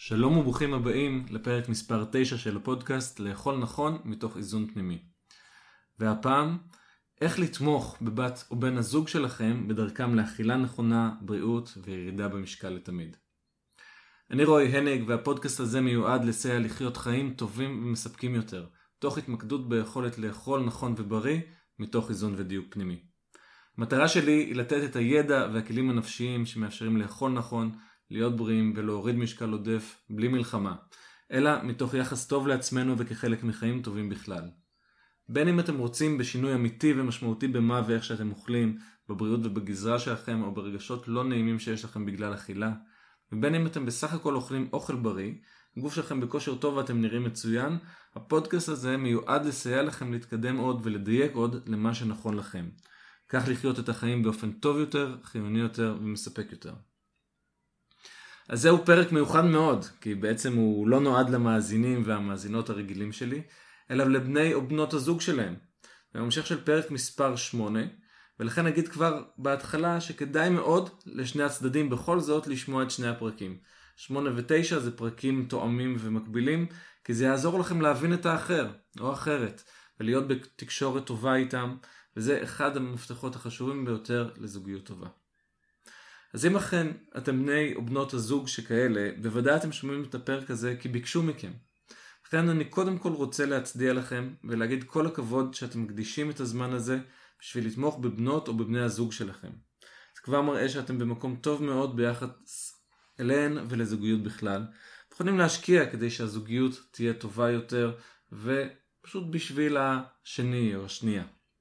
שלום וברוכים הבאים לפרק מספר 9 של הפודקאסט לאכול נכון מתוך איזון פנימי. והפעם, איך לתמוך בבת או בן הזוג שלכם בדרכם לאכילה נכונה, בריאות וירידה במשקל לתמיד. אני רועי הנג והפודקאסט הזה מיועד לסייע לחיות חיים טובים ומספקים יותר, תוך התמקדות ביכולת לאכול נכון ובריא מתוך איזון ודיוק פנימי. המטרה שלי היא לתת את הידע והכלים הנפשיים שמאפשרים לאכול נכון, להיות בריאים ולהוריד משקל עודף בלי מלחמה, אלא מתוך יחס טוב לעצמנו וכחלק מחיים טובים בכלל. בין אם אתם רוצים בשינוי אמיתי ומשמעותי במה ואיך שאתם אוכלים, בבריאות ובגזרה שלכם או ברגשות לא נעימים שיש לכם בגלל אכילה, ובין אם אתם בסך הכל אוכלים אוכל בריא, הגוף שלכם בכושר טוב ואתם נראים מצוין, הפודקאסט הזה מיועד לסייע לכם להתקדם עוד ולדייק עוד למה שנכון לכם. כך לחיות את החיים באופן טוב יותר, חיוני יותר ומספק יותר. אז זהו פרק מיוחד מאוד, כי בעצם הוא לא נועד למאזינים והמאזינות הרגילים שלי, אלא לבני או בנות הזוג שלהם. זה המשך של פרק מספר 8, ולכן אגיד כבר בהתחלה שכדאי מאוד לשני הצדדים בכל זאת לשמוע את שני הפרקים. 8 ו-9 זה פרקים תואמים ומקבילים, כי זה יעזור לכם להבין את האחר או אחרת, ולהיות בתקשורת טובה איתם, וזה אחד המפתחות החשובים ביותר לזוגיות טובה. אז אם אכן אתם בני או בנות הזוג שכאלה, בוודאי אתם שומעים את הפרק הזה כי ביקשו מכם. לכן אני קודם כל רוצה להצדיע לכם ולהגיד כל הכבוד שאתם מקדישים את הזמן הזה בשביל לתמוך בבנות או בבני הזוג שלכם. זה כבר מראה שאתם במקום טוב מאוד ביחס אליהן ולזוגיות בכלל. יכולים להשקיע כדי שהזוגיות תהיה טובה יותר ופשוט בשביל השני או השנייה.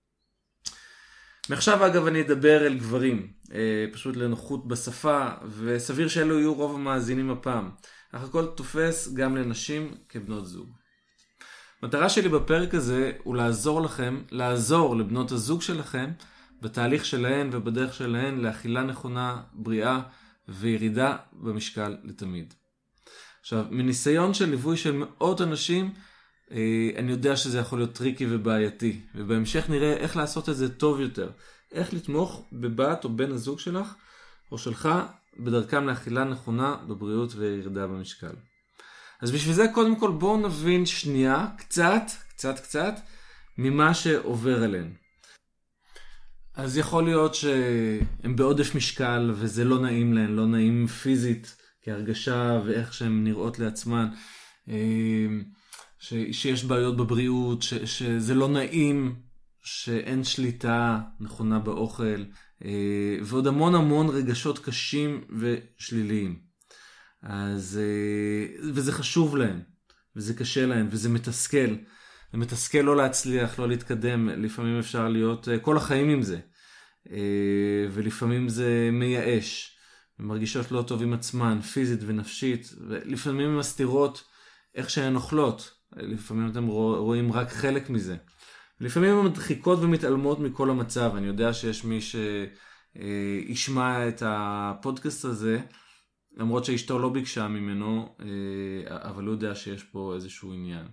מעכשיו אגב אני אדבר אל גברים, פשוט לנוחות בשפה, וסביר שאלו יהיו רוב המאזינים הפעם. אך הכל תופס גם לנשים כבנות זוג. מטרה שלי בפרק הזה הוא לעזור לבנות הזוג שלכם, בתהליך שלהן ובדרך שלהן לאכילה נכונה, בריאה וירידה במשקל לתמיד. עכשיו, מניסיון של ליווי של מאות אנשים, אני יודע שזה יכול להיות טריקי ובעייתי, ובהמשך נראה איך לעשות את זה טוב יותר, איך לתמוך בבת או בן הזוג שלך או שלך בדרכם לאכילה נכונה בבריאות וירידה במשקל. אז בשביל זה קודם כל בואו נבין שנייה קצת ממה שעובר עליהן. אז יכול להיות שהם בעודף משקל וזה לא נעים להן, לא נעים פיזית כהרגשה ואיך שהן נראות לעצמן, שיש בעיות בבריאות, שזה לא נעים, שאין שליטה נכונה באוכל, ועוד המון רגשות קשים ושליליים. וזה חשוב להם, וזה קשה להם, וזה מתסכל. זה מתסכל לא להצליח, לא להתקדם, לפעמים אפשר להיות כל החיים עם זה. ולפעמים זה מייאש, ומרגישות לא טוב עם עצמן, פיזית ונפשית, ולפעמים הן מסתירות איך שהן אוכלות. לפעמים אתם רואים רק חלק מזה. לפעמים הן מדחיקות ומתעלמות מכל המצב. אני יודע שיש מי שישמע את הפודקאסט הזה, למרות שאשתו לא ביקשה ממנו, אבל הוא יודע שיש פה איזשהו עניין.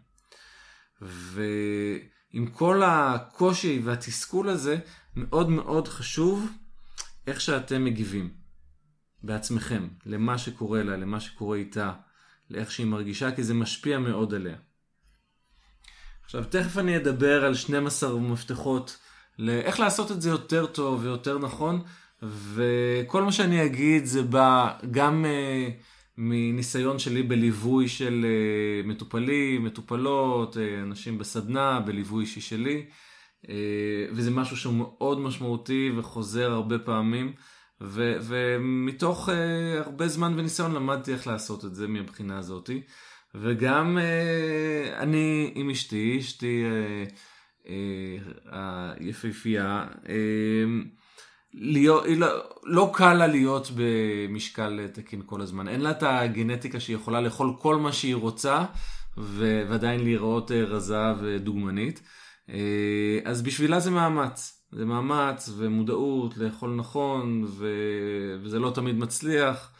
ועם כל הקושי והתסכול הזה, מאוד מאוד חשוב איך שאתם מגיבים בעצמכם, למה שקורה לה, למה שקורה איתה, לאיך שהיא מרגישה, כי זה משפיע מאוד עליה. עכשיו, תכף אני אדבר על 12 מפתחות לאיך לעשות את זה יותר טוב ויותר נכון, וכל מה שאני אגיד זה בא גם מניסיון שלי בליווי של מטופלים, מטופלות, אנשים בסדנה, בליווי אישי שלי, וזה משהו שהוא מאוד משמעותי וחוזר הרבה פעמים, ומתוך הרבה זמן וניסיון למדתי איך לעשות את זה מהבחינה הזאת. וגם אני עם אשתי היפהפייה, לא קל לה להיות במשקל תקין כל הזמן. אין לה את הגנטיקה שהיא יכולה לאכול כל מה שהיא רוצה, ועדיין להיראות רזה ודוגמנית. אז בשבילה זה מאמץ. זה מאמץ ומודעות לאכול נכון, וזה לא תמיד מצליח.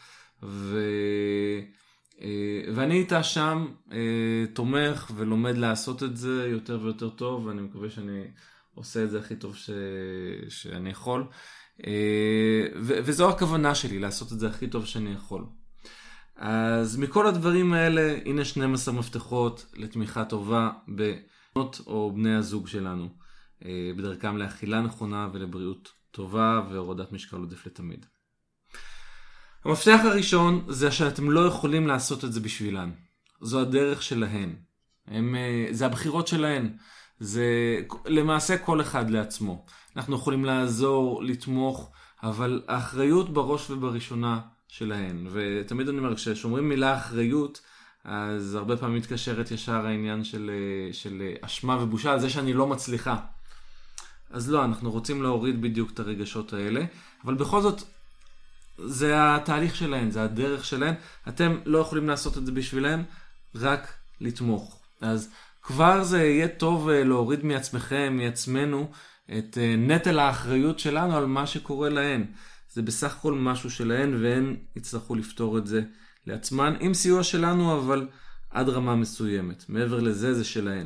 ואני איתה שם תומך ולומד לעשות את זה יותר ויותר טוב, ואני מקווה שאני עושה את זה הכי טוב שאני יכול. וזו הכוונה שלי, לעשות את זה הכי טוב שאני יכול. אז מכל הדברים האלה, הנה 12 מפתחות לתמיכה טובה בנות או בני הזוג שלנו, בדרכם לאכילה נכונה ולבריאות טובה והורדת משקל עודף לתמיד. המפתח הראשון זה שאתם לא יכולים לעשות את זה בשבילן. זו הדרך שלהן. זה הבחירות שלהן. זה למעשה כל אחד לעצמו. אנחנו יכולים לעזור, לתמוך, אבל האחריות בראש ובראשונה שלהן. ותמיד אני אומר, כששומרים מילה אחריות, אז הרבה פעמים מתקשרת ישר העניין של אשמה ובושה על זה שאני לא מצליחה. אז לא, אנחנו רוצים להוריד בדיוק את הרגשות האלה, אבל בכל זאת, זה התהליך שלהן, זה הדרך שלהן. אתם לא יכולים לעשות את זה בשבילן, רק לתמוך. אז כבר זה יהיה טוב להוריד מעצמכם, מעצמנו, את נטל האחריות שלנו על מה שקורה להן. זה בסך הכל משהו שלהן, והן יצטרכו לפתור את זה לעצמן, עם סיוע שלנו, אבל עד רמה מסוימת. מעבר לזה, זה שלהן.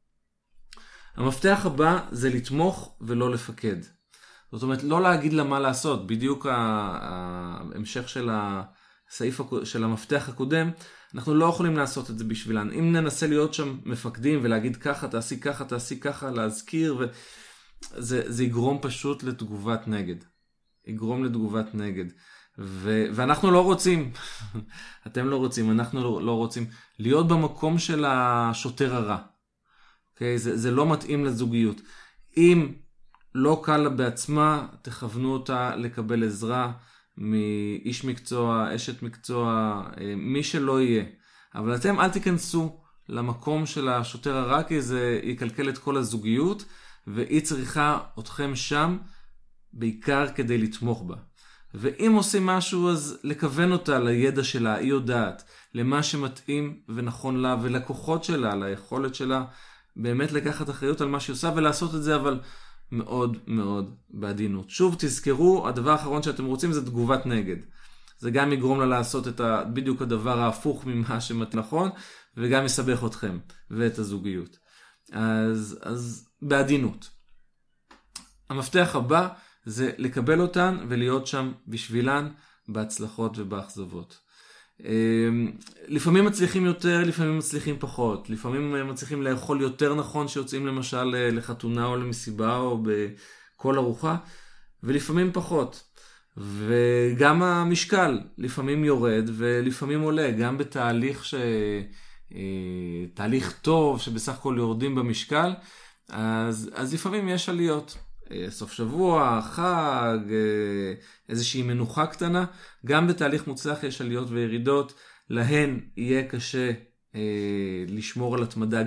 המפתח הבא זה לתמוך ולא לפקד. זאת אומרת, לא להגיד לה מה לעשות. בדיוק ההמשך של הסעיף של המפתח הקודם, אנחנו לא יכולים לעשות את זה בשבילן. אם ננסה להיות שם מפקדים ולהגיד ככה, תעשי ככה, תעשי ככה, להזכיר, זה יגרום פשוט לתגובת נגד. יגרום לתגובת נגד. ואנחנו לא רוצים, אתם לא רוצים, אנחנו לא רוצים להיות במקום של השוטר הרע. Okay? זה לא מתאים לזוגיות. אם לא קל לה בעצמה, תכוונו אותה לקבל עזרה מאיש מקצוע, אשת מקצוע, מי שלא יהיה. אבל אתם אל תיכנסו למקום של השוטר הרע, כי זה יקלקל את כל הזוגיות, והיא צריכה אתכם שם בעיקר כדי לתמוך בה. ואם עושים משהו, אז לכוון אותה לידע שלה, היא יודעת, למה שמתאים ונכון לה, ולכוחות שלה, ליכולת שלה, באמת לקחת אחריות על מה שהיא עושה, ולעשות את זה אבל מאוד מאוד בעדינות. שוב, תזכרו, הדבר האחרון שאתם רוצים זה תגובת נגד. זה גם יגרום לה לעשות בדיוק הדבר ההפוך ממה נכון, וגם יסבך אתכם ואת הזוגיות. אז בעדינות. המפתח הבא זה לקבל אותן ולהיות שם בשבילן בהצלחות ובאכזבות. לפעמים מצליחים יותר, לפעמים מצליחים פחות. לפעמים מצליחים לאכול יותר נכון שיוצאים למשל לחתונה או למסיבה או בכל ארוחה, ולפעמים פחות. וגם המשקל לפעמים יורד ולפעמים עולה, גם בתהליך תהליך טוב שבסך הכל יורדים במשקל, אז לפעמים יש עליות. סוף שבוע, חג, איזושהי מנוחה קטנה, גם בתהליך מוצלח יש עליות וירידות, להן יהיה קשה לשמור על התמדה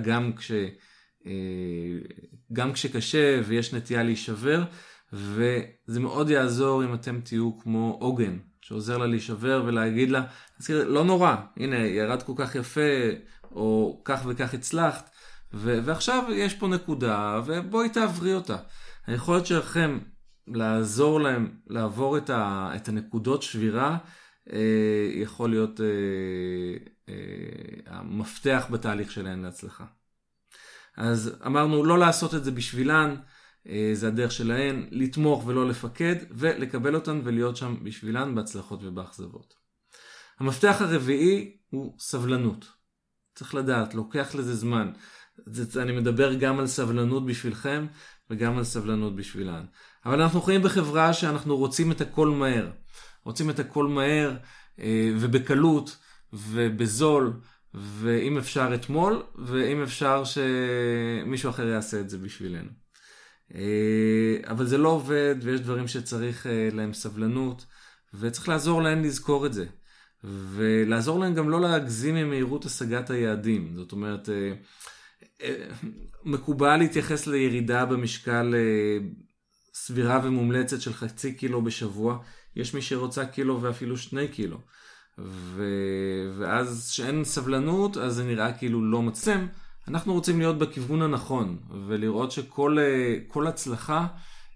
גם כשקשה ויש נטייה להישבר, וזה מאוד יעזור אם אתם תהיו כמו עוגן, שעוזר לה להישבר ולהגיד לה, לא נורא, הנה ירד כל כך יפה, או כך וכך הצלחת, ועכשיו יש פה נקודה, ובואי תעברי אותה. היכולת שלכם לעזור להם לעבור את הנקודות שבירה, יכול להיות המפתח בתהליך שלהם להצלחה. אז אמרנו לא לעשות את זה בשבילן, זה הדרך שלהן, לתמוך ולא לפקד, ולקבל אותן ולהיות שם בשבילן בהצלחות ובאכזבות. המפתח הרביעי הוא סבלנות. צריך לדעת, לוקח לזה זמן. אני מדבר גם על סבלנות בשבילכם, וגם על סבלנות בשבילן. אבל אנחנו חיים בחברה שאנחנו רוצים את הכל מהר. רוצים את הכל מהר ובקלות ובזול, ואם אפשר אתמול, ואם אפשר שמישהו אחר יעשה את זה בשבילנו. אבל זה לא עובד, ויש דברים שצריך להם סבלנות, וצריך לעזור להם לזכור את זה. ולעזור להם גם לא להגזים ממהירות השגת היעדים. זאת אומרת, מקובל להתייחס לירידה במשקל סבירה ומומלצת של 0.5 קילו בשבוע. יש מי שרוצה קילו ואפילו 2 קילו. ואז שאין סבלנות, אז זה נראה כאילו לא מצם. אנחנו רוצים להיות בכיוון הנכון, ולראות שכל הצלחה,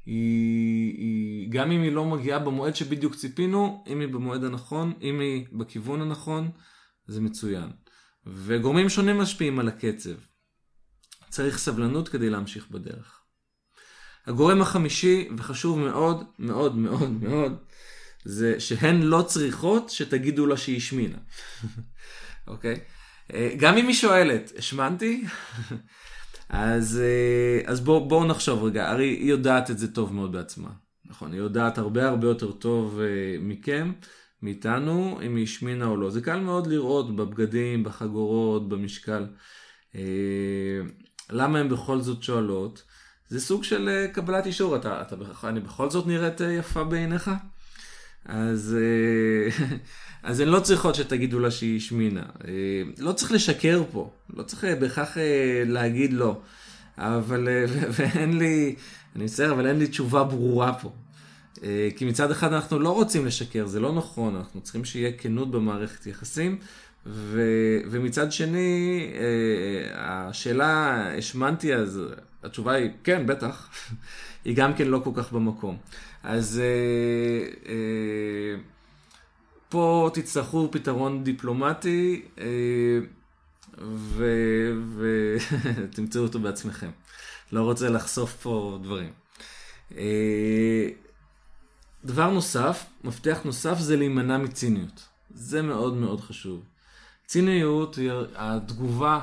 גם אם היא לא מגיעה במועד שבדיוק ציפינו, אם היא במועד הנכון, אם היא בכיוון הנכון, זה מצוין. וגורמים שונים משפיעים על הקצב. צריך סבלנות כדי להמשיך בדרך. הגורם החמישי, וחשוב מאוד מאוד מאוד מאוד, זה שהן לא צריכות שתגידו לה שהיא השמינה. אוקיי? גם אם היא שואלת, השמנתי? אז בואו נחשוב רגע, הרי היא יודעת את זה טוב מאוד בעצמה. נכון, היא יודעת הרבה יותר טוב מכם, מאיתנו, אם היא השמינה או לא. זה קל מאוד לראות בבגדים, בחגורות, במשקל. למה הן בכל זאת שואלות? זה סוג של קבלת אישור. אני בכל זאת נראית יפה בעיניך? אז הן לא צריכות שתגידו לה שהיא השמינה. לא צריך לשקר פה. לא צריך בכך להגיד לא. ואין לי, אני מצטער, אבל אין לי תשובה ברורה פה. כי מצד אחד אנחנו לא רוצים לשקר, זה לא נכון, אנחנו צריכים שיהיה כנות במערכת יחסים, ומצד שני, השאלה, השמנתי, אז התשובה היא, כן, בטח, היא גם כן לא כל כך במקום. אז פה תצטרכו פתרון דיפלומטי, ותמצאו אותו בעצמכם. לא רוצה לחשוף פה דברים. דבר נוסף, מפתח נוסף, זה להימנע מציניות. זה מאוד מאוד חשוב. ציניות היא התגובה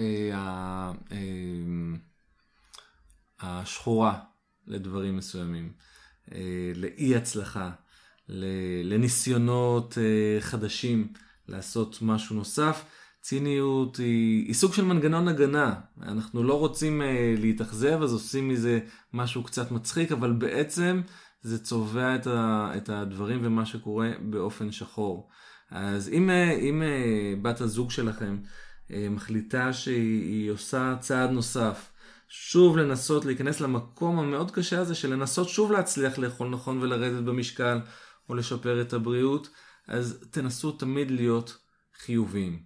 השחורה לדברים מסוימים, לאי הצלחה, לניסיונות חדשים לעשות משהו נוסף. ציניות היא סוג של מנגנון הגנה. אנחנו לא רוצים להתאכזב, אז עושים מזה משהו קצת מצחיק, אבל בעצם זה צובע את הדברים ומה שקורה באופן שחור. אז אם בת הזוג שלכם מחליטה שהיא עושה צעד נוסף, שוב לנסות להיכנס למקום המאוד קשה הזה, של לנסות שוב להצליח לאכול נכון ולרדת במשקל, או לשפר את הבריאות, אז תנסו תמיד להיות חיוביים.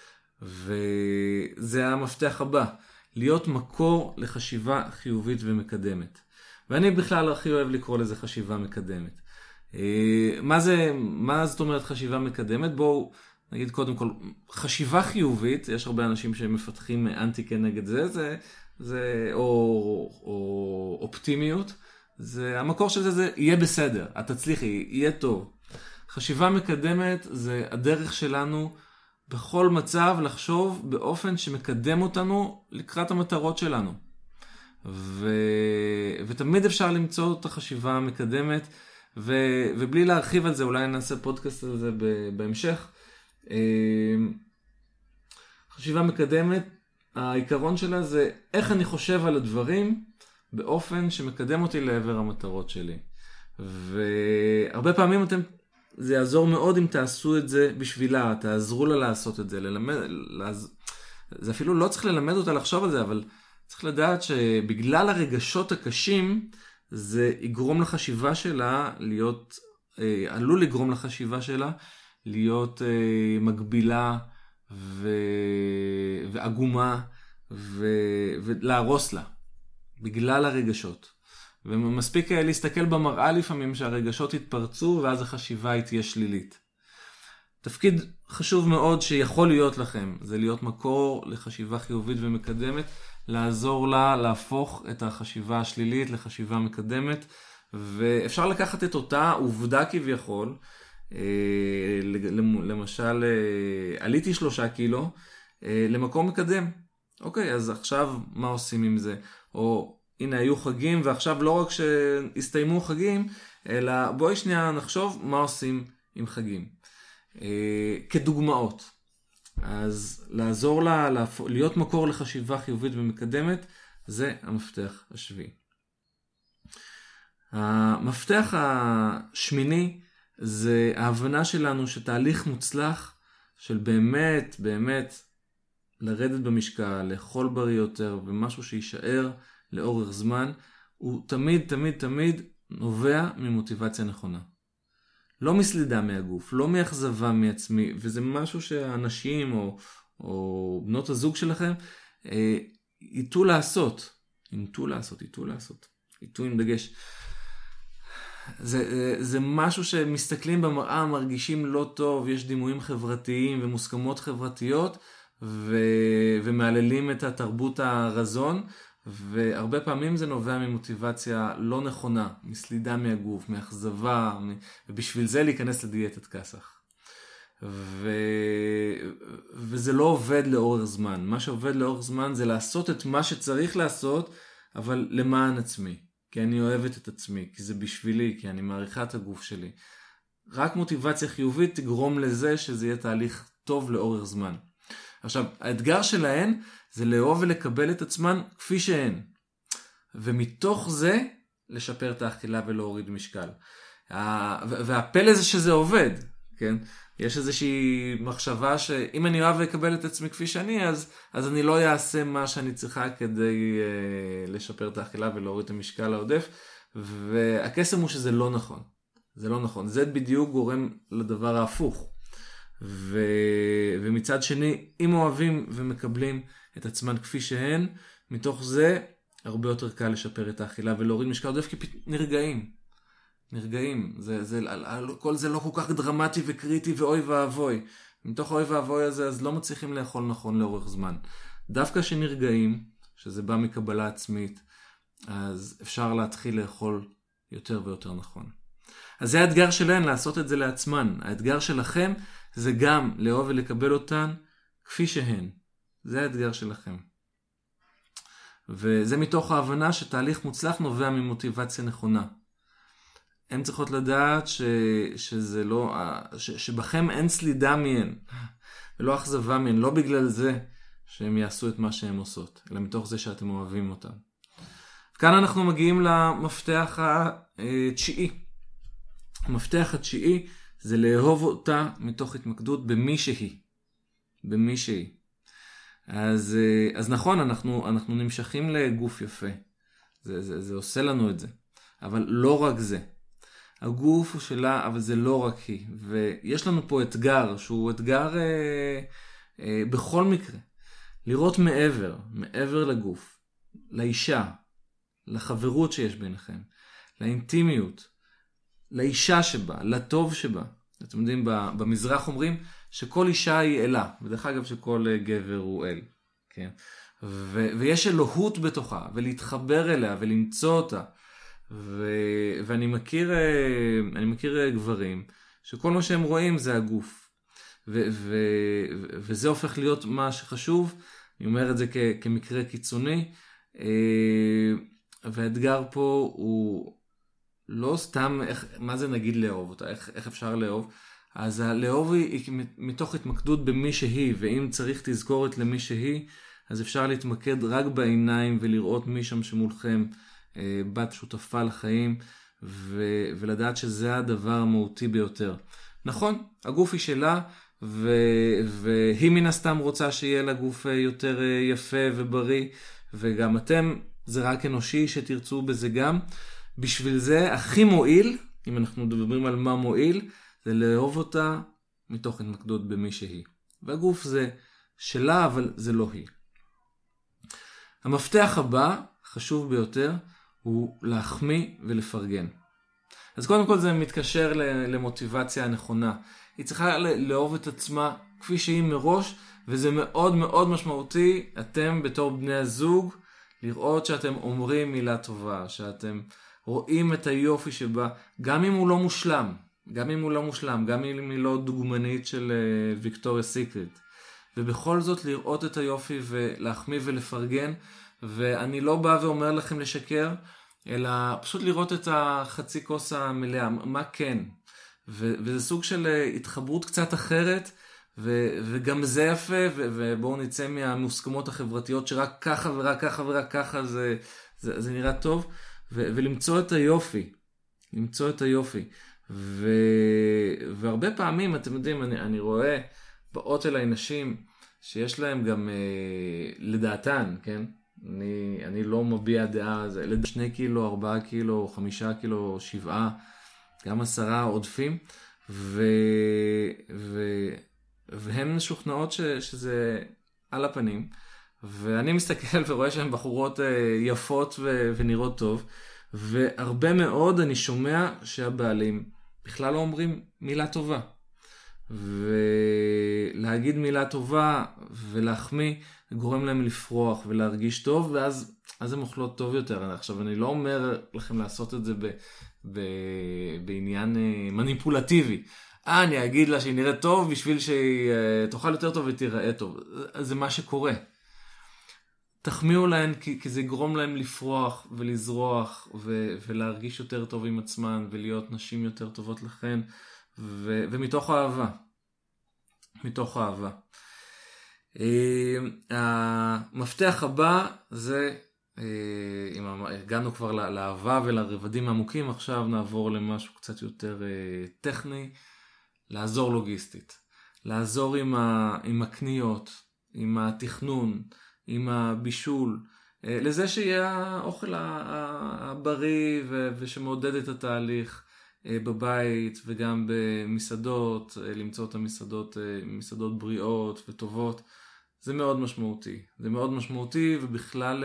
וזה המפתח הבא, להיות מקור לחשיבה חיובית ומקדמת. ואני בכלל הכי אוהב לקרוא לזה חשיבה מקדמת. מה זאת אומרת חשיבה מקדמת? בואו נגיד קודם כל, חשיבה חיובית, יש הרבה אנשים שמפתחים אנטי כנגד זה או אופטימיות, המקור של זה יהיה בסדר, את תצליחי, יהיה טוב. חשיבה מקדמת זה הדרך שלנו בכל מצב לחשוב באופן שמקדם אותנו לקראת המטרות שלנו. ותמיד אפשר למצוא את החשיבה המקדמת, ובלי להרחיב על זה, אולי נעשה פודקאסט על זה בהמשך. חשיבה מקדמת, העיקרון שלה זה איך אני חושב על הדברים באופן שמקדם אותי לעבר המטרות שלי. והרבה פעמים זה יעזור מאוד אם תעשו את זה בשבילה, תעזרו לה לעשות את זה, זה אפילו לא צריך ללמד אותה לחשוב על זה, אבל צריך לדעת שבגלל הרגשות הקשים, זה יגרום לחשיבה שלה להיות, עלול לגרום לחשיבה שלה להיות מגבילה ועגומה ולהרוס לה, בגלל הרגשות. ומספיק להסתכל במראה לפעמים שהרגשות יתפרצו, ואז החשיבה היא תהיה שלילית. תפקיד חשוב מאוד שיכול להיות לכם, זה להיות מקור לחשיבה חיובית ומקדמת, לעזור לה להפוך את החשיבה השלילית לחשיבה מקדמת, ואפשר לקחת את אותה עובדה כביכול, למשל, עליתי 3 קילו, למקום מקדם. אוקיי, אז עכשיו מה עושים עם זה? או הנה היו חגים, ועכשיו לא רק שהסתיימו חגים, אלא בואי שנייה נחשוב מה עושים עם חגים. כדוגמאות. אז לעזור לה, להיות מקור לחשיבה חיובית ומקדמת, זה המפתח השביעי. המפתח השמיני, זה ההבנה שלנו שתהליך מוצלח של באמת לרדת במשקל, לאכול בריא יותר ומשהו שישאר לאורך זמן, הוא תמיד נובע ממוטיבציה נכונה. לא מסלידה מהגוף, לא מאכזבה מעצמי, וזה משהו שהאנשים או בנות הזוג שלכם ייטו לעשות, ייטו עם דגש. זה משהו שמסתכלים במראה, מרגישים לא טוב, יש דימויים חברתיים ומוסכמות חברתיות, ומעללים את התרבות הרזון, והרבה פעמים זה נובע ממוטיבציה לא נכונה, מסלידה מהגוף, מאכזבה, ובשביל זה להיכנס לדיאטת כסח. וזה לא עובד לאורך זמן. מה שעובד לאורך זמן זה לעשות את מה שצריך לעשות, אבל למען עצמי. כי אני אוהבת את עצמי, כי זה בשבילי, כי אני מעריכה את הגוף שלי. רק מוטיבציה חיובית תגרום לזה שזה יהיה תהליך טוב לאורך זמן. עכשיו, האתגר שלהן זה לאהוב ולקבל את עצמן כפי שהן. ומתוך זה לשפר את האכילה ולהוריד משקל. והפלא זה שזה עובד, כן? יש איזושהי מחשבה שאם אני אוהב לקבל את עצמי כפי שאני, אז אני לא אעשה מה שאני צריכה כדי לשפר את האכילה ולהוריד את המשקל העודף. והקסם הוא שזה לא נכון. זה לא נכון. זה בדיוק גורם לדבר ההפוך. ומצד שני, אם אוהבים ומקבלים את עצמן כפי שהן, מתוך זה הרבה יותר קל לשפר את האכילה ולהוריד משקל עודף, כי נרגעים. כל זה לא כל כך דרמטי וקריטי ואוי ואבוי. מתוך אוי ואבוי הזה, אז לא מצליחים לאכול נכון לאורך זמן. דווקא שנרגעים, שזה בא מקבלה עצמית, אז אפשר להתחיל לאכול יותר ויותר נכון. אז זה האתגר שלהן, לעשות את זה לעצמן. האתגר שלכם זה גם לאהוב ולקבל אותן כפי שהן. זה האתגר שלכם. וזה מתוך ההבנה שתהליך מוצלח נובע ממוטיבציה נכונה. הן צריכות לדעת שזה לא, שבכם אין סלידה מהן, ולא אכזבה מהן, לא בגלל זה שהם יעשו את מה שהן עושות, אלא מתוך זה שאתם אוהבים אותן. כאן אנחנו מגיעים למפתח התשיעי. המפתח התשיעי זה לאהוב אותה מתוך התמקדות במי שהיא. במי שהיא. אז נכון, אנחנו נמשכים לגוף יפה. זה עושה לנו את זה. אבל לא רק זה. הגוף הוא שלה, אבל זה לא רק היא. ויש לנו פה אתגר, שהוא אתגר בכל מקרה. לראות מעבר לגוף, לאישה, לחברות שיש ביניכם, לאינטימיות, לאישה שבה, לטוב שבה. אתם יודעים, במזרח אומרים שכל אישה היא אלה, ודרך אגב שכל גבר הוא אל. כן? ויש אלוהות בתוכה, ולהתחבר אליה, ולמצוא אותה. ואני מכיר גברים, שכל מה שהם רואים זה הגוף. וזה הופך להיות מה שחשוב. אני אומר את זה כמקרה קיצוני. והאתגר פה הוא לא סתם, מה זה נגיד לאהוב אותה, איך אפשר לאהוב? אז הלאהוב היא מתוך התמקדות במי שהיא, ואם צריך תזכורת למי שהיא, אז אפשר להתמקד רק בעיניים ולראות מי שם שמולכם, בת שותפה לחיים, ולדעת שזה הדבר המהותי ביותר. נכון, הגוף היא שלה, והיא מן הסתם רוצה שיהיה לה גוף יותר יפה ובריא, וגם אתם, זה רק אנושי שתרצו בזה גם. בשביל זה הכי מועיל, אם אנחנו מדברים על מה מועיל, זה לאהוב אותה מתוך התמקדות במי שהיא. והגוף זה שלה, אבל זה לא היא. המפתח הבא, חשוב ביותר, הוא להחמיא ולפרגן. אז קודם כל זה מתקשר למוטיבציה הנכונה. היא צריכה לאהוב את עצמה כפי שהיא מראש, וזה מאוד מאוד משמעותי, אתם בתור בני הזוג, לראות שאתם אומרים מילה טובה, שאתם רואים את היופי שבה, גם אם הוא לא מושלם, גם אם היא לא דוגמנית של ויקטוריה סיקרט. ובכל זאת לראות את היופי ולהחמיא ולפרגן, ואני לא בא ואומר לכם לשקר, אלא פשוט לראות את החצי כוס המלאה, מה כן. וזה סוג של התחברות קצת אחרת, וגם זה יפה, ובואו נצא מהמוסכמות החברתיות שרק ככה ורק ככה ורק ככה זה נראה טוב, ולמצוא את היופי. למצוא את היופי. והרבה פעמים, אתם יודעים, אני רואה באות אליי נשים שיש להם גם לדעתן, כן? אני לא מביע דעה, זה 2 קילו, 4 קילו, 5 קילו, 7, גם 10 עודפים, והן משוכנעות שזה על הפנים, ואני מסתכל ורואה שהן בחורות יפות ונראות טוב, והרבה מאוד אני שומע שהבעלים בכלל לא אומרים מילה טובה. ולהגיד מילה טובה ולהחמיא גורם להם לפרוח ולהרגיש טוב, ואז הן אוכלות טוב יותר. עכשיו, אני לא אומר לכם לעשות את זה בעניין מניפולטיבי. אני אגיד לה שהיא נראית טוב בשביל שהיא תאכל יותר טוב ותיראה טוב. זה מה שקורה. תחמיאו להן כי זה יגרום להן לפרוח ולזרוח ולהרגיש יותר טוב עם עצמן ולהיות נשים יותר טובות לכן, ומתוך אהבה. מתוך אהבה. המפתח הבא זה, אם הגענו כבר לאהבה ולרבדים העמוקים, עכשיו נעבור למשהו קצת יותר טכני, לעזור לוגיסטית. לעזור עם הקניות, עם התכנון, עם הבישול, לזה שיהיה האוכל הבריא ושמעודד את התהליך בבית וגם במסעדות, למצוא את מסעדות בריאות וטובות. זה מאוד משמעותי. זה מאוד משמעותי, ובכלל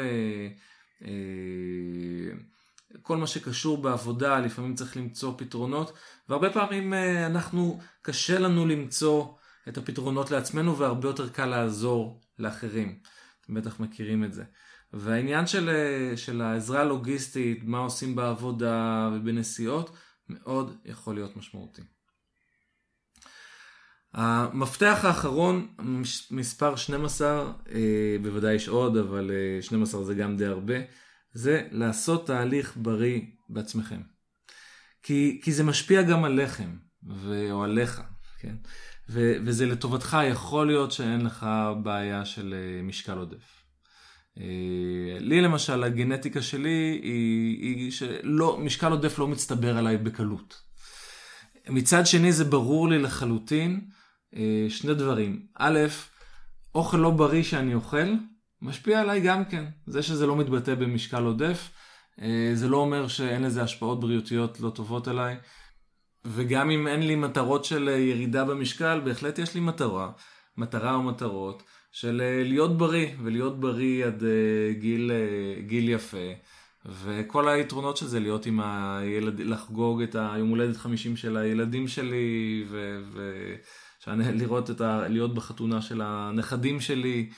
כל מה שקשור בעבודה, לפעמים צריך למצוא פתרונות, והרבה פעמים קשה לנו למצוא את הפתרונות לעצמנו, והרבה יותר קל לעזור לאחרים. אתם בטח מכירים את זה. והעניין של העזרה הלוגיסטית, מה עושים בעבודה ובנסיעות, מאוד יכול להיות משמעותי. המפתח האחרון, מספר 12, בוודאי יש עוד, אבל 12 זה גם די הרבה, זה לעשות תהליך בריא בעצמכם. כי זה משפיע גם עליכם, או עליך, כן? וזה לטובתך. יכול להיות שאין לך בעיה של משקל עודף. לי למשל, הגנטיקה שלי היא משקל עודף לא מצטבר עליי בקלות. מצד שני, זה ברור לי לחלוטין שני דברים. א', אוכל לא בריא שאני אוכל משפיע עליי גם כן. זה שזה לא מתבטא במשקל עודף, זה לא אומר שאין לזה השפעות בריאותיות לא טובות עליי. וגם אם אין לי מטרות של ירידה במשקל, בהחלט יש לי מטרה או מטרות של להיות בריא, ולהיות בריא עד גיל יפה. וכל היתרונות של זה, להיות עם הילד, לחגוג את היום הולדת 50 של הילדים שלי, להיות בחתונה של הנכדים שלי,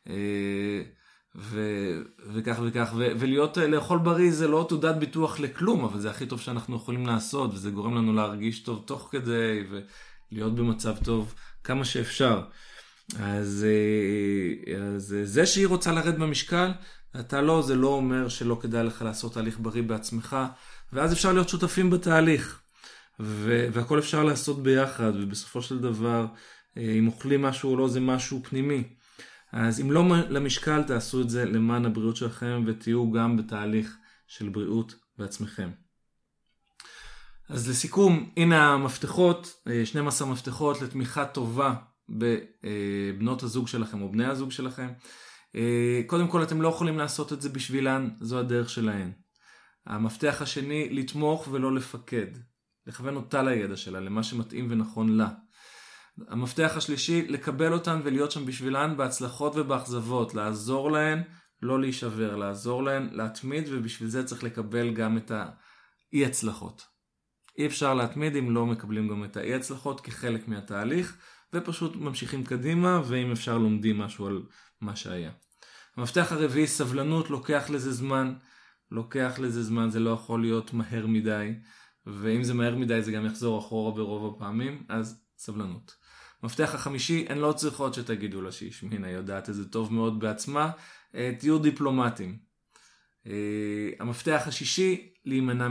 וכך וכך, לאכול בריא זה לא תעודת ביטוח לכלום, אבל זה הכי טוב שאנחנו יכולים לעשות, וזה גורם לנו להרגיש טוב תוך כדי, ולהיות במצב טוב כמה שאפשר. אז זה שהיא רוצה לרד במשקל, אתה לא, זה לא אומר שלא כדאי לך לעשות תהליך בריא בעצמך, ואז אפשר להיות שותפים בתהליך, והכל אפשר לעשות ביחד, ובסופו של דבר, אם אוכלים משהו או לא, זה משהו פנימי. אז אם לא למשקל, תעשו את זה למען הבריאות שלכם, ותהיו גם בתהליך של בריאות בעצמכם. אז לסיכום, הנה המפתחות, 12 מפתחות לתמיכה טובה בבנות הזוג שלכם או בני הזוג שלכם. קודם כל, אתם לא יכולים לעשות את זה בשבילן, זו הדרך שלהן. המפתח השני, לתמוך ולא לפקד. לכוון אותה לידע שלה, למה שמתאים ונכון לה. המפתח השלישי, לקבל אותן ולהיות שם בשבילן בהצלחות ובאכזבות, לעזור להן, לא להישבר, לעזור להן, להתמיד, ובשביל זה צריך לקבל גם את האי הצלחות. אי אפשר להתמיד אם לא מקבלים גם את האי הצלחות כחלק מהתהליך, ופשוט ממשיכים קדימה, ואם אפשר לומדים משהו על מה שהיה. המפתח הרביעי, סבלנות, לוקח לזה זמן, זה לא יכול להיות מהר מדי, ואם זה מהר מדי זה גם יחזור אחורה ברוב הפעמים, אז סבלנות. המפתח החמישי, הן לא צריכות שתגידו לה שהיא שמינה, יודעת את זה טוב מאוד בעצמה, תהיו דיפלומטים. המפתח השישי, להימנע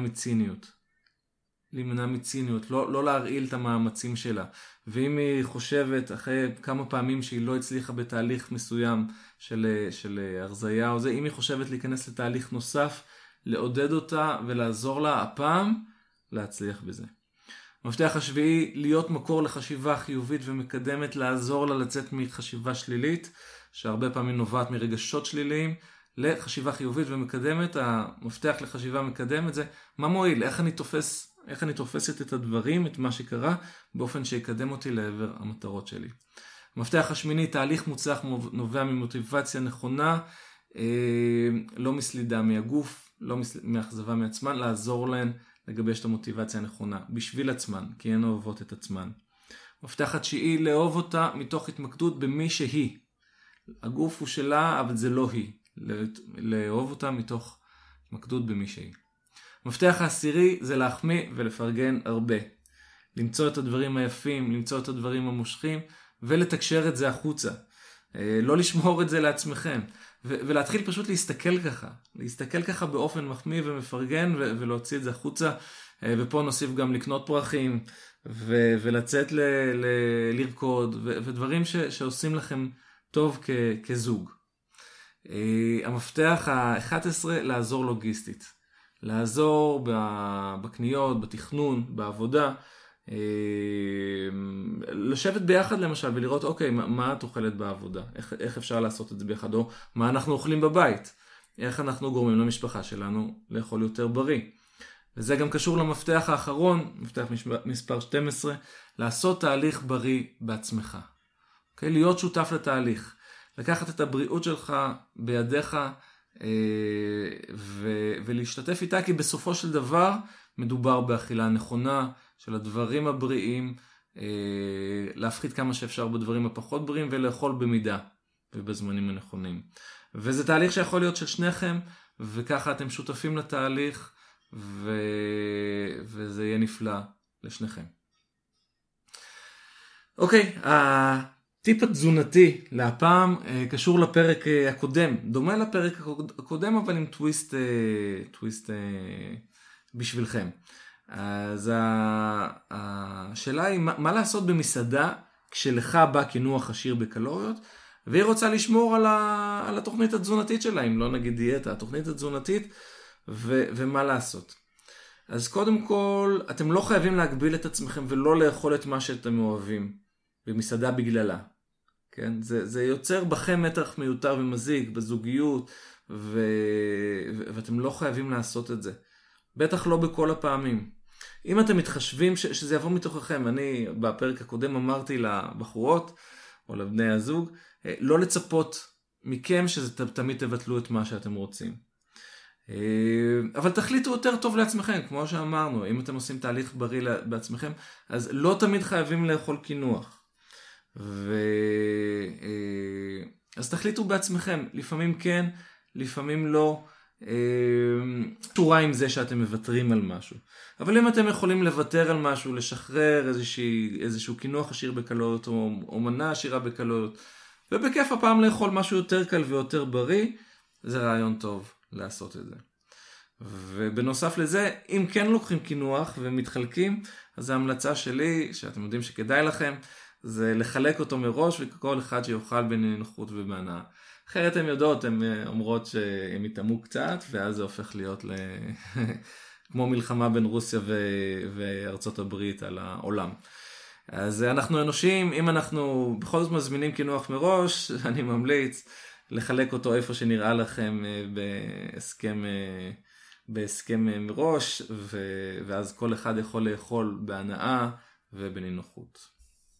מציניות, לא להרעיל את המאמצים שלה. ואם היא חושבת אחרי כמה פעמים שהיא לא הצליחה בתהליך מסוים של הרזיה או זה, אם היא חושבת להיכנס לתהליך נוסף, לעודד אותה ולעזור לה הפעם להצליח בזה. המפתח השביעי, להיות מקור לחשיבה חיובית ומקדמת, לעזור לה לצאת מחשיבה שלילית, שהרבה פעמים נובעת מרגשות שליליים, לחשיבה חיובית ומקדמת. המפתח לחשיבה מקדמת זה מה מועיל, איך אני תופסת את הדברים, את מה שקרה, באופן שיקדם אותי לעבר המטרות שלי. המפתח השמיני, תהליך מוצלח נובע ממוטיבציה נכונה, לא מסלידה מהגוף, לא מאכזבה מעצמן, לעזור להן לגבש את המוטיבציה הנכונה, בשביל עצמן, כי הן אוהבות את עצמן. המפתח התשיעי, לאהוב אותה מתוך התמקדות במי שהיא. הגוף הוא שלה, אבל זה לא היא. לאהוב אותה מתוך התמקדות במי שהיא. המפתח העשירי זה להחמיא ולפרגן הרבה. למצוא את הדברים היפים, למצוא את הדברים המושכים, ולתקשר את זה החוצה. לא לשמור את זה לעצמכם. ולהתחיל פשוט להסתכל ככה באופן מחמיא ומפרגן, ולהוציא את זה החוצה. ופה נוסיף גם לקנות פרחים, ולצאת לרקוד, ודברים שעושים לכם טוב כזוג. המפתח ה-11, לעזור לוגיסטית. לעזור בקניות, בתכנון, בעבודה. לשבת ביחד למשל ולראות, אוקיי, מה את אוכלת בעבודה? איך אפשר לעשות את זה ביחד? או מה אנחנו אוכלים בבית? איך אנחנו גורמים למשפחה שלנו לאכול יותר בריא? וזה גם קשור למפתח האחרון, מפתח מספר 12, לעשות תהליך בריא בעצמך. אוקיי? להיות שותף לתהליך. לקחת את הבריאות שלך בידיך ולהשתתף איתה, כי בסופו של דבר מדובר באכילה נכונה של הדברים הבריאים, להפחית כמה שאפשר בדברים הפחות בריאים ולאכול במידה ובזמנים הנכונים. וזה תהליך שיכול להיות של שניכם, וככה אתם שותפים לתהליך, וזה יהיה נפלא לשניכם. אוקיי, הטיפ התזונתי להפעם קשור לפרק הקודם, דומה לפרק הקודם אבל עם טוויסט בשבילכם. אז השאלה היא מה לעשות במסעדה כשלך בא קינוח עשיר בקלוריות, והיא רוצה לשמור על התוכנית התזונתית שלה, אם לא נגיד דיאטה, התוכנית התזונתית, ומה לעשות. אז קודם כל, אתם לא חייבים להגביל את עצמכם ולא לאכול את מה שאתם אוהבים במסעדה בגללה. כן? זה יוצר בכם מתח מיותר ומזיק בזוגיות, ואתם לא חייבים לעשות את זה. בטח לא בכל הפעמים. אם אתם מתחשבים שזה יבוא מתוככם, אני בפרק הקודם אמרתי לבחורות או לבני הזוג, לא לצפות מכם שזה תמיד תבטלו את מה שאתם רוצים. אבל תחליטו יותר טוב לעצמכם, כמו שאמרנו, אם אתם עושים תהליך בריא בעצמכם, אז לא תמיד חייבים לאכול קינוח. אז תחליטו בעצמכם, לפעמים כן, לפעמים לא, שורה עם זה שאתם מוותרים על משהו. אבל אם אתם יכולים לוותר על משהו, לשחרר איזשהו קינוח עשיר בקלוריות, או מנה עשירה בקלוריות, ובכיף הפעם לאכול משהו יותר קל ויותר בריא, זה רעיון טוב לעשות את זה. ובנוסף לזה, אם כן לוקחים קינוח ומתחלקים, אז ההמלצה שלי, שאתם יודעים שכדאי לכם, זה לחלק אותו מראש, וכל אחד שיוכל בנינוחות ובהנאה. אחרת הן יודעות, הן אומרות שהם יתאמו קצת, ואז זה הופך להיות כמו מלחמה בין רוסיה וארצות הברית על העולם. אז אנחנו אנושיים, אם אנחנו בכל זאת מזמינים קינוח מראש, אני ממליץ לחלק אותו איפה שנראה לכם בהסכם מראש, ואז כל אחד יכול לאכול בהנאה ובנינוחות.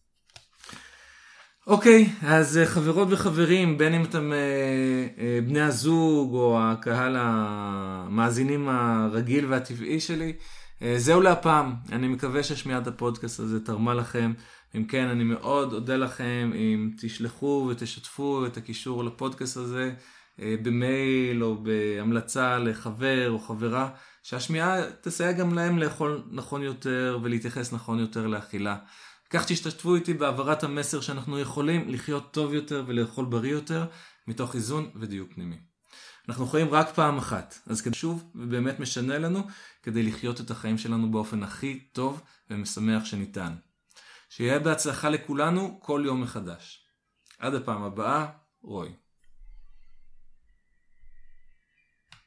אוקיי, אז חברות וחברים, בין אם אתם בני הזוג או הקהל המאזינים הרגיל והטבעי שלי, זהו להפעם. אני מקווה ששמיעת הפודקאסט הזה תרמה לכם. אם כן, אני מאוד אודה לכם אם תשלחו ותשתפו את הקישור לפודקאסט הזה במייל או בהמלצה לחבר או חברה, שהשמיעה תסייע גם להם לאכול נכון יותר ולהתייחס נכון יותר לאכילה. כך תשתתפו איתי בעברת המסר שאנחנו יכולים לחיות טוב יותר ולאכול בריא יותר מתוך איזון ודיוק פנימי. אנחנו חיים רק פעם אחת, אז כדי שוב ובאמת משנה לנו כדי לחיות את החיים שלנו באופן הכי טוב ומשמח שניתן. שיהיה בהצלחה לכולנו כל יום מחדש. עד הפעם הבאה, רוי.